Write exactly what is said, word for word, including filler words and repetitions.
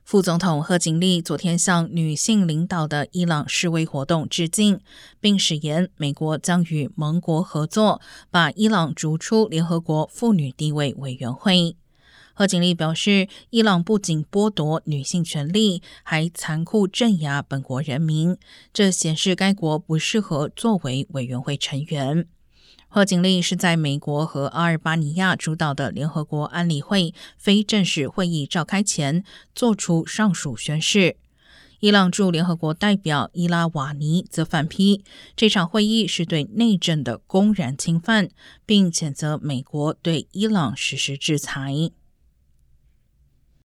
副总统贺锦丽昨天向女性领导的伊朗示威活动致敬，并誓言美国将与盟国合作，把伊朗逐出联合国妇女地位委员会。贺锦丽表示，伊朗不仅剥夺女性权利，还残酷镇压本国人民，这显示该国不适合作为委员会成员。贺锦丽是在美国和阿尔巴尼亚主导的联合国安理会非正式会议召开前做出上述宣示。伊朗驻联合国代表伊拉瓦尼则反批这场会议是对内政的公然侵犯，并谴责美国对伊朗实施制裁。